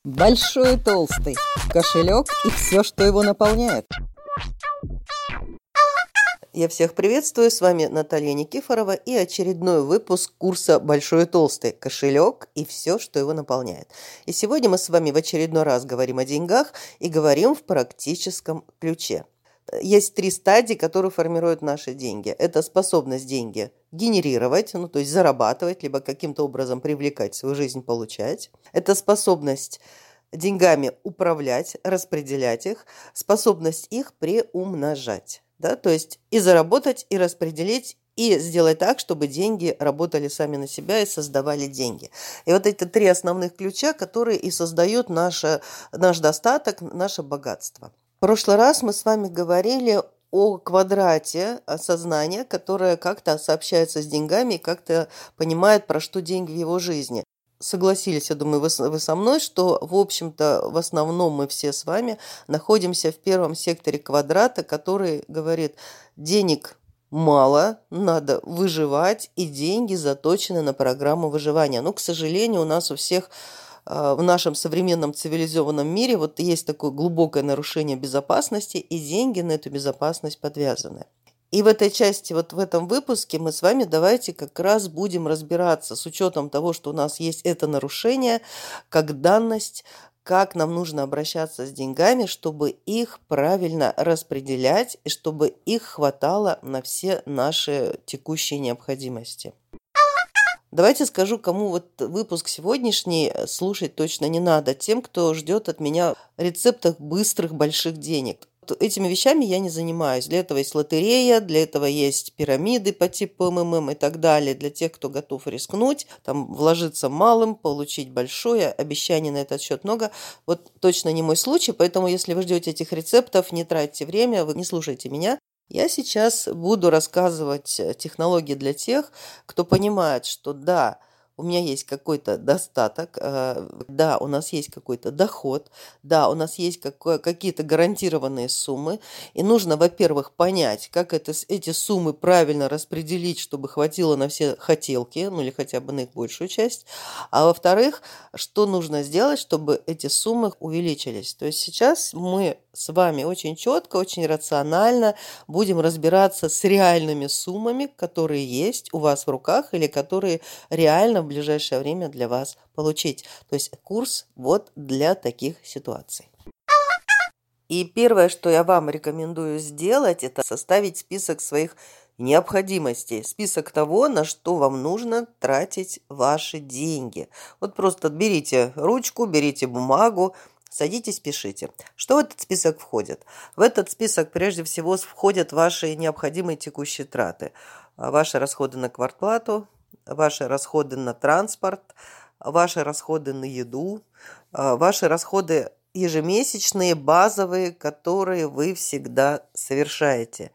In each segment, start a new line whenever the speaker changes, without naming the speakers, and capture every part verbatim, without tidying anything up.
Большой и толстый. Кошелек и все, что его наполняет.
Я всех приветствую, с вами Наталья Никифорова и очередной выпуск курса «Большой и толстый. Кошелек и все, что его наполняет». И сегодня мы с вами в очередной раз говорим о деньгах и говорим в практическом ключе. Есть три стадии, которые формируют наши деньги. Это способность деньги генерировать, ну то есть зарабатывать, либо каким-то образом привлекать в свою жизнь, получать. Это способность деньгами управлять, распределять их, способность их приумножать. Да? То есть и заработать, и распределить, и сделать так, чтобы деньги работали сами на себя и создавали деньги. И вот эти три основных ключа, которые и создают наше, наш достаток, наше богатство. В прошлый раз мы с вами говорили о квадрате сознания, которое как-то сообщается с деньгами и как-то понимает, про что деньги в его жизни. Согласились, я думаю, вы, вы со мной, что, в общем-то, в основном мы все с вами находимся в первом секторе квадрата, который говорит: денег мало, надо выживать, и деньги заточены на программу выживания. Но, к сожалению, у нас у всех в нашем современном цивилизованном мире вот есть такое глубокое нарушение безопасности, и деньги на эту безопасность подвязаны. И в этой части, вот в этом выпуске мы с вами давайте как раз будем разбираться с учетом того, что у нас есть это нарушение, как данность, как нам нужно обращаться с деньгами, чтобы их правильно распределять и чтобы их хватало на все наши текущие необходимости. Давайте скажу, кому вот выпуск сегодняшний слушать точно не надо. Тем, кто ждет от меня рецептов быстрых больших денег. Этими вещами я не занимаюсь. Для этого есть лотерея, для этого есть пирамиды по типу МММ и так далее. Для тех, кто готов рискнуть, там вложиться малым, получить большое, обещаний на этот счет много. Вот точно не мой случай, поэтому если вы ждете этих рецептов, не тратьте время, вы не слушайте меня. Я сейчас буду рассказывать технологии для тех, кто понимает, что да, у меня есть какой-то достаток, да, у нас есть какой-то доход, да, у нас есть какие-то гарантированные суммы, и нужно, во-первых, понять, как это, эти суммы правильно распределить, чтобы хватило на все хотелки, ну или хотя бы на их большую часть, а во-вторых, что нужно сделать, чтобы эти суммы увеличились. То есть сейчас мы с вами очень четко, очень рационально будем разбираться с реальными суммами, которые есть у вас в руках или которые реально в ближайшее время для вас получить. То есть курс вот для таких ситуаций. И первое, что я вам рекомендую сделать, это составить список своих необходимостей, список того, на что вам нужно тратить ваши деньги. Вот просто берите ручку, берите бумагу, садитесь, пишите. Что в этот список входит? В этот список прежде всего входят ваши необходимые текущие траты. Ваши расходы на квартплату, ваши расходы на транспорт, ваши расходы на еду, ваши расходы ежемесячные, базовые, которые вы всегда совершаете.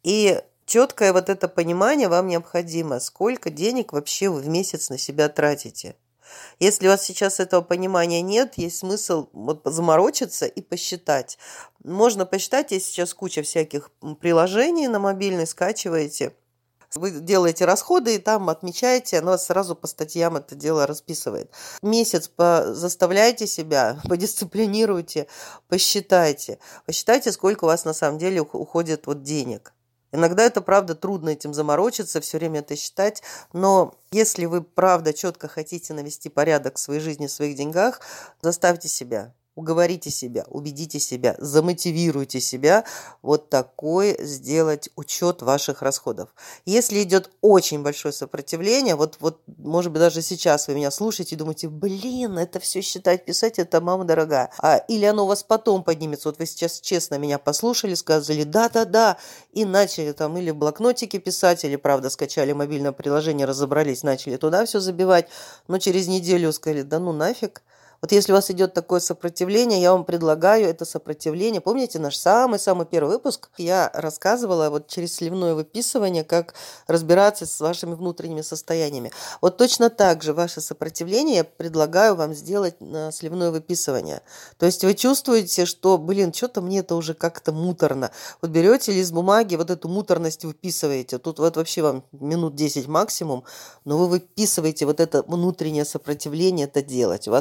И четкое вот это понимание вам необходимо, сколько денег вообще вы в месяц на себя тратите. Если у вас сейчас этого понимания нет, есть смысл вот заморочиться и посчитать. Можно посчитать, есть сейчас куча всяких приложений на мобильный, скачиваете. Вы делаете расходы и там отмечаете, оно сразу по статьям это дело расписывает. Месяц заставляйте себя, подисциплинируйте, посчитайте. Посчитайте, сколько у вас на самом деле уходит вот денег. Иногда это, правда, трудно этим заморочиться, все время это считать, но если вы, правда, четко хотите навести порядок в своей жизни, в своих деньгах, заставьте себя, уговорите себя, убедите себя, замотивируйте себя вот такой сделать учет ваших расходов. Если идет очень большое сопротивление, вот, вот может быть, даже сейчас вы меня слушаете и думаете: блин, это все считать, писать, это мама дорогая. А, или оно у вас потом поднимется. Вот вы сейчас честно меня послушали, сказали да-да-да, и начали там или в блокнотике писать, или, правда, скачали мобильное приложение, разобрались, начали туда все забивать, но через неделю сказали: да ну нафиг. Вот если у вас идет такое сопротивление, я вам предлагаю это сопротивление. Помните наш самый-самый первый выпуск? Я рассказывала вот через сливное выписывание, как разбираться с вашими внутренними состояниями. Вот точно так же ваше сопротивление я предлагаю вам сделать на сливное выписывание. То есть вы чувствуете, что, блин, что-то мне это уже как-то муторно. Вот берете лист бумаги, вот эту муторность выписываете. Тут вот вообще вам минут десять максимум, но вы выписываете вот это внутреннее сопротивление это делать. У вас там могут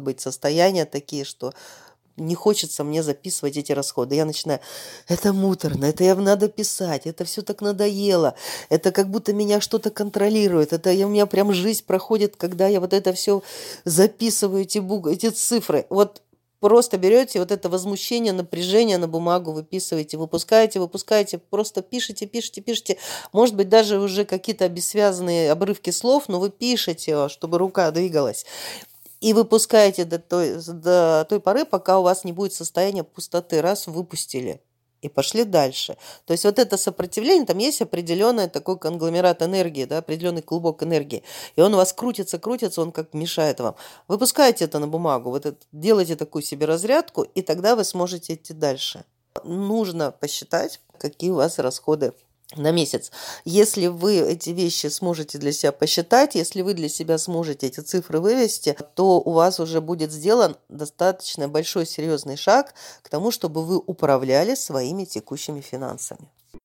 могут быть состояния такие, что не хочется мне записывать эти расходы. Я начинаю, это муторно, это я надо писать, это все так надоело, это как будто меня что-то контролирует, это я, у меня прям жизнь проходит, когда я вот это все записываю, эти, бук, эти цифры. Вот просто берете вот это возмущение, напряжение на бумагу, выписываете, выпускаете, выпускаете, просто пишите, пишите, пишите. Может быть, даже уже какие-то бессвязные обрывки слов, но вы пишете, чтобы рука двигалась. И выпускаете до той, до той поры, пока у вас не будет состояния пустоты. Раз, выпустили. И пошли дальше. То есть вот это сопротивление, там есть определенный такой конгломерат энергии, да, определенный клубок энергии. И он у вас крутится, крутится, он как мешает вам. Выпускаете это на бумагу, вот это, делайте такую себе разрядку, и тогда вы сможете идти дальше. Нужно посчитать, какие у вас расходы на месяц. Если вы эти вещи сможете для себя посчитать, если вы для себя сможете эти цифры вывести, то у вас уже будет сделан достаточно большой серьезный шаг к тому, чтобы вы управляли своими текущими финансами.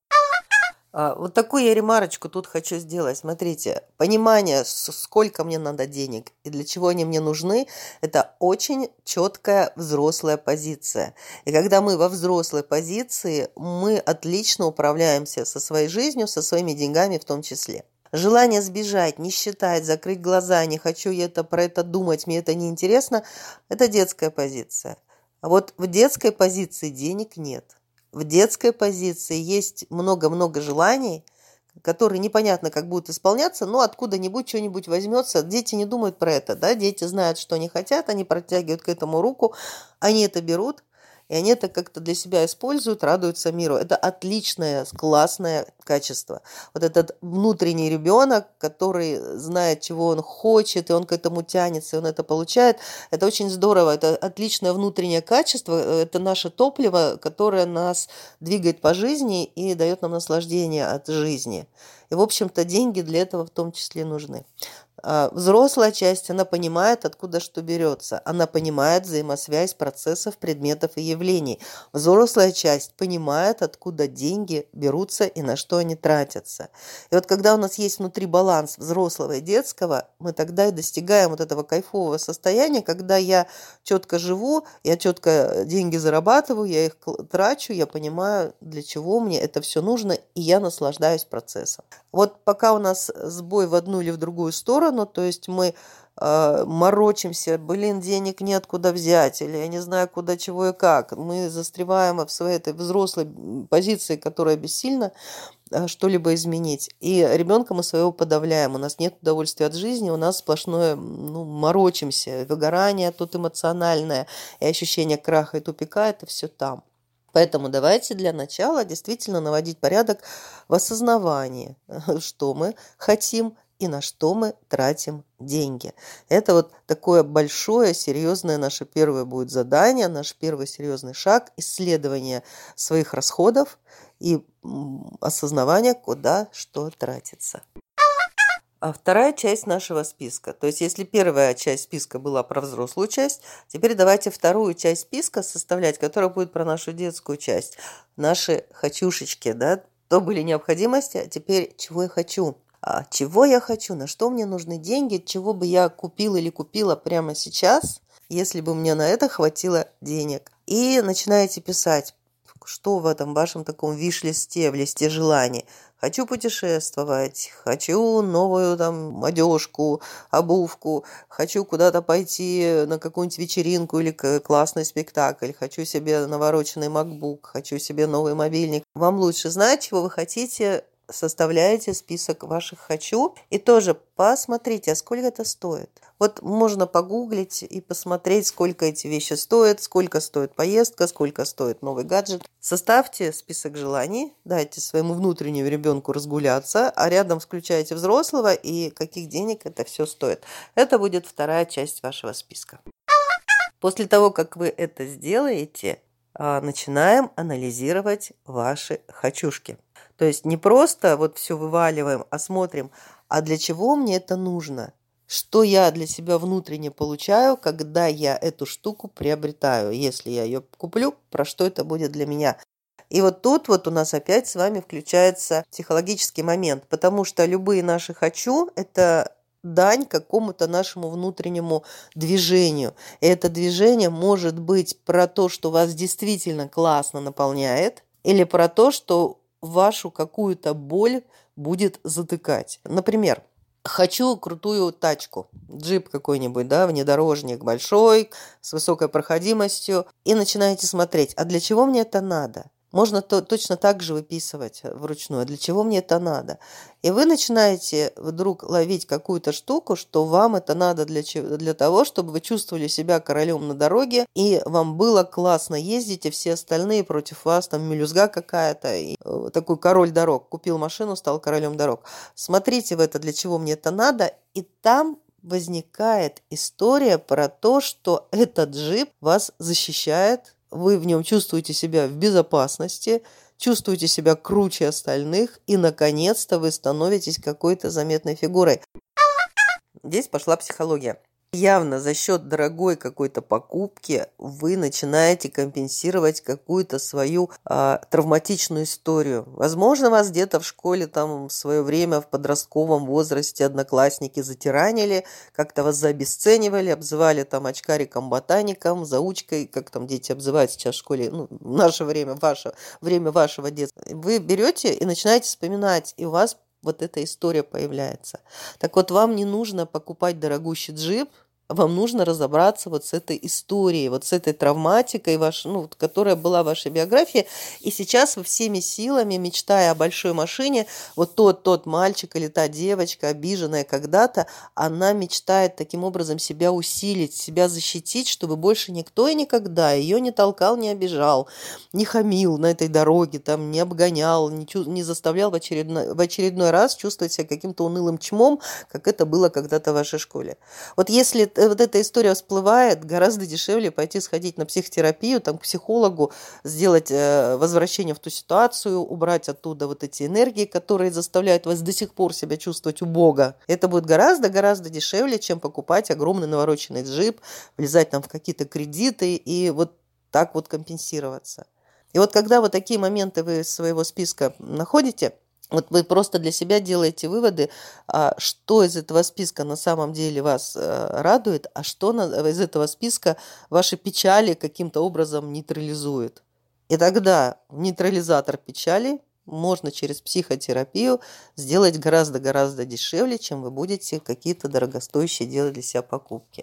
А, вот такую я ремарочку тут хочу сделать. Смотрите, понимание, сколько мне надо денег и для чего они мне нужны, это очень четкая взрослая позиция. И когда мы во взрослой позиции, мы отлично управляемся со своей жизнью, со своими деньгами в том числе. Желание сбежать, не считать, закрыть глаза, не хочу я это, про это думать, мне это неинтересно, это детская позиция. А вот в детской позиции денег нет. В детской позиции есть много-много желаний, которые непонятно, как будут исполняться, но откуда-нибудь что-нибудь возьмется. Дети не думают про это, да? Дети знают, что они хотят, они протягивают к этому руку, они это берут, и они это как-то для себя используют, радуются миру. Это отличное, классное качество. Вот этот внутренний ребенок, который знает, чего он хочет, и он к этому тянется, и он это получает, это очень здорово. Это отличное внутреннее качество, это наше топливо, которое нас двигает по жизни и дает нам наслаждение от жизни. И, в общем-то, деньги для этого в том числе нужны. Взрослая часть, она понимает, откуда что берется. Она понимает взаимосвязь процессов, предметов и явлений. Взрослая часть понимает, откуда деньги берутся и на что они тратятся. И вот когда у нас есть внутри баланс взрослого и детского, мы тогда и достигаем вот этого кайфового состояния, когда я четко живу, я четко деньги зарабатываю, я их трачу, я понимаю, для чего мне это все нужно, и я наслаждаюсь процессом. Вот пока у нас сбой в одну или в другую сторону, то есть мы э, морочимся, блин, денег нет куда взять, или я не знаю куда, чего и как, мы застреваем в своей этой взрослой позиции, которая бессильна э, что-либо изменить. И ребенка мы своего подавляем, у нас нет удовольствия от жизни, у нас сплошное, ну, морочимся, выгорание тут эмоциональное, и ощущение краха и тупика, это все там. Поэтому давайте для начала действительно наводить порядок в осознавании, что мы хотим и на что мы тратим деньги. Это вот такое большое, серьезное наше первое будет задание, наш первый серьезный шаг исследования своих расходов и осознавания, куда что тратится. А вторая часть нашего списка. То есть, если первая часть списка была про взрослую часть, теперь давайте вторую часть списка составлять, которая будет про нашу детскую часть. Наши хочушечки, да, то были необходимости, а теперь чего я хочу. А чего я хочу, на что мне нужны деньги, чего бы я купила или купила прямо сейчас, если бы мне на это хватило денег. И начинаете писать, что в этом вашем таком виш-листе, в листе желаний. Хочу путешествовать, хочу новую там одежку, обувку, хочу куда-то пойти на какую-нибудь вечеринку или классный спектакль, хочу себе навороченный MacBook, хочу себе новый мобильник. Вам лучше знать, чего вы хотите, составляете список ваших «хочу» и тоже посмотрите, а сколько это стоит. Вот можно погуглить и посмотреть, сколько эти вещи стоят, сколько стоит поездка, сколько стоит новый гаджет. Составьте список желаний, дайте своему внутреннему ребенку разгуляться, а рядом включайте взрослого и каких денег это все стоит. Это будет вторая часть вашего списка. После того, как вы это сделаете, начинаем анализировать ваши хочушки. То есть не просто вот все вываливаем, а смотрим, а для чего мне это нужно? Что я для себя внутренне получаю, когда я эту штуку приобретаю? Если я ее куплю, про что это будет для меня? И вот тут вот у нас опять с вами включается психологический момент, потому что любые наши «хочу» – это дань какому-то нашему внутреннему движению. И это движение может быть про то, что вас действительно классно наполняет, или про то, что вашу какую-то боль будет затыкать. Например, хочу крутую тачку, джип какой-нибудь, да, внедорожник большой, с высокой проходимостью, и начинаете смотреть, а для чего мне это надо? Можно то, точно так же выписывать вручную, для чего мне это надо. И вы начинаете вдруг ловить какую-то штуку, что вам это надо для, для того, чтобы вы чувствовали себя королем на дороге, и вам было классно ездить, и все остальные против вас, там мелюзга какая-то, и такой король дорог. Купил машину, стал королем дорог. Смотрите в это, для чего мне это надо, и там возникает история про то, что этот джип вас защищает. Вы в нем чувствуете себя в безопасности, чувствуете себя круче остальных, и, наконец-то, вы становитесь какой-то заметной фигурой. Здесь пошла психология. Явно за счет дорогой какой-то покупки вы начинаете компенсировать какую-то свою а, травматичную историю. Возможно, вас где-то в школе там в свое время в подростковом возрасте одноклассники затиранили, как-то вас заобесценивали, обзывали там очкариком-ботаником, заучкой, как там дети обзывают сейчас в школе, ну, в наше время, ваше время вашего детства. Вы берете и начинаете вспоминать, и у вас вот эта история появляется. Так вот, вам не нужно покупать дорогущий джип, вам нужно разобраться вот с этой историей, вот с этой травматикой, ваш, ну, которая была в вашей биографии. И сейчас вы всеми силами, мечтая о большой машине, вот тот, тот мальчик или та девочка, обиженная когда-то, она мечтает таким образом себя усилить, себя защитить, чтобы больше никто и никогда ее не толкал, не обижал, не хамил на этой дороге, там, не обгонял, не, чу- не заставлял в очередной, в очередной раз чувствовать себя каким-то унылым чмом, как это было когда-то в вашей школе. Вот если вот эта история всплывает, гораздо дешевле пойти сходить на психотерапию, там, к психологу, сделать э, возвращение в ту ситуацию, убрать оттуда вот эти энергии, которые заставляют вас до сих пор себя чувствовать убого. Это будет гораздо-гораздо дешевле, чем покупать огромный навороченный джип, влезать там в какие-то кредиты и вот так вот компенсироваться. И вот когда вот такие моменты вы из своего списка находите, вот вы просто для себя делаете выводы, что из этого списка на самом деле вас радует, а что из этого списка ваши печали каким-то образом нейтрализует. И тогда нейтрализатор печали можно через психотерапию сделать гораздо-гораздо дешевле, чем вы будете какие-то дорогостоящие делать для себя покупки.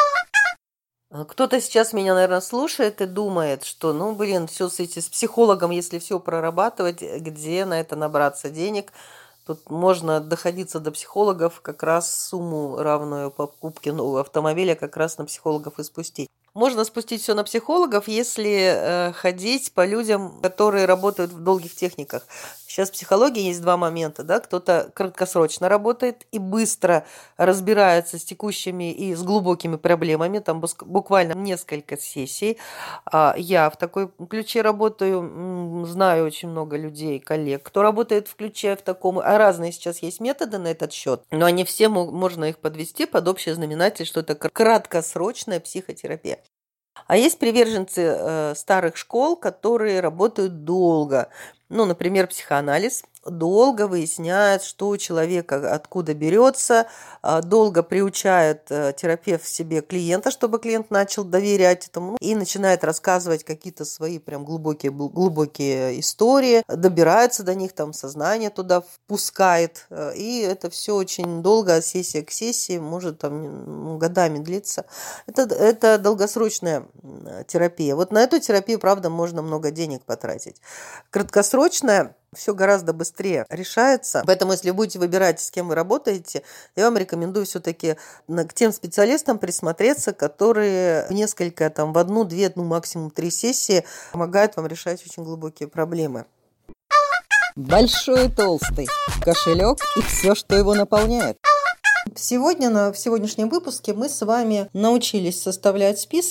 Кто-то сейчас меня, наверное, слушает и думает, что, ну, блин, все с, этим, с психологом, если все прорабатывать, где на это набраться денег, тут можно доходиться до психологов, как раз сумму, равную покупке нового автомобиля, как раз на психологов и спустить. Можно спустить все на психологов, если э, ходить по людям, которые работают в долгих техниках. Сейчас в психологии есть два момента, да, кто-то краткосрочно работает и быстро разбирается с текущими и с глубокими проблемами, там буквально несколько сессий. Я в такой ключе работаю, знаю очень много людей, коллег, кто работает в ключе в таком, а разные сейчас есть методы на этот счет, но они все, можно их подвести под общий знаменатель, что это краткосрочная психотерапия. А есть приверженцы э, старых школ, которые работают долго. Ну, например, психоанализ. Долго выясняет, что у человека откуда берется, долго приучает терапевт себе клиента, чтобы клиент начал доверять этому, и начинает рассказывать какие-то свои прям глубокие, глубокие истории, добирается до них, там сознание туда впускает, и это все очень долго, сессия к сессии, может там годами длиться. Это, это долгосрочная терапия. Вот на эту терапию, правда, можно много денег потратить. Краткосрочная все гораздо быстрее решается. Поэтому, если будете выбирать, с кем вы работаете, я вам рекомендую все-таки к тем специалистам присмотреться, которые несколько, там, в одну, две, ну, максимум три сессии помогают вам решать очень глубокие проблемы.
Большой и толстый. Кошелек и все, что его наполняет.
Сегодня, на, в сегодняшнем выпуске мы с вами научились составлять списки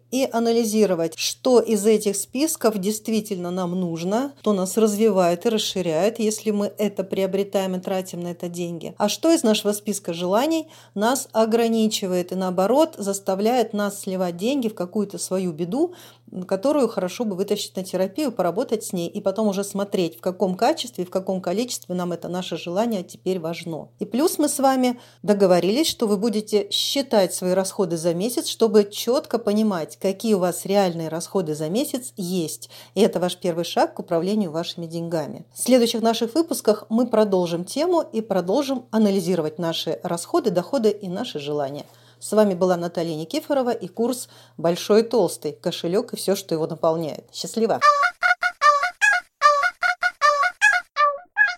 и анализировать, что из этих списков действительно нам нужно, что нас развивает и расширяет, если мы это приобретаем и тратим на это деньги, а что из нашего списка желаний нас ограничивает и наоборот заставляет нас сливать деньги в какую-то свою беду, которую хорошо бы вытащить на терапию, поработать с ней и потом уже смотреть, в каком качестве, в каком количестве нам это наше желание теперь важно. И плюс мы с вами договорились, что вы будете считать свои расходы за месяц, чтобы четко понимать, какие у вас реальные расходы за месяц есть. И это ваш первый шаг к управлению вашими деньгами. В следующих наших выпусках мы продолжим тему и продолжим анализировать наши расходы, доходы и наши желания. С вами была Наталья Никифорова и курс «Большой и толстый. Кошелек и все, что его наполняет». Счастливо!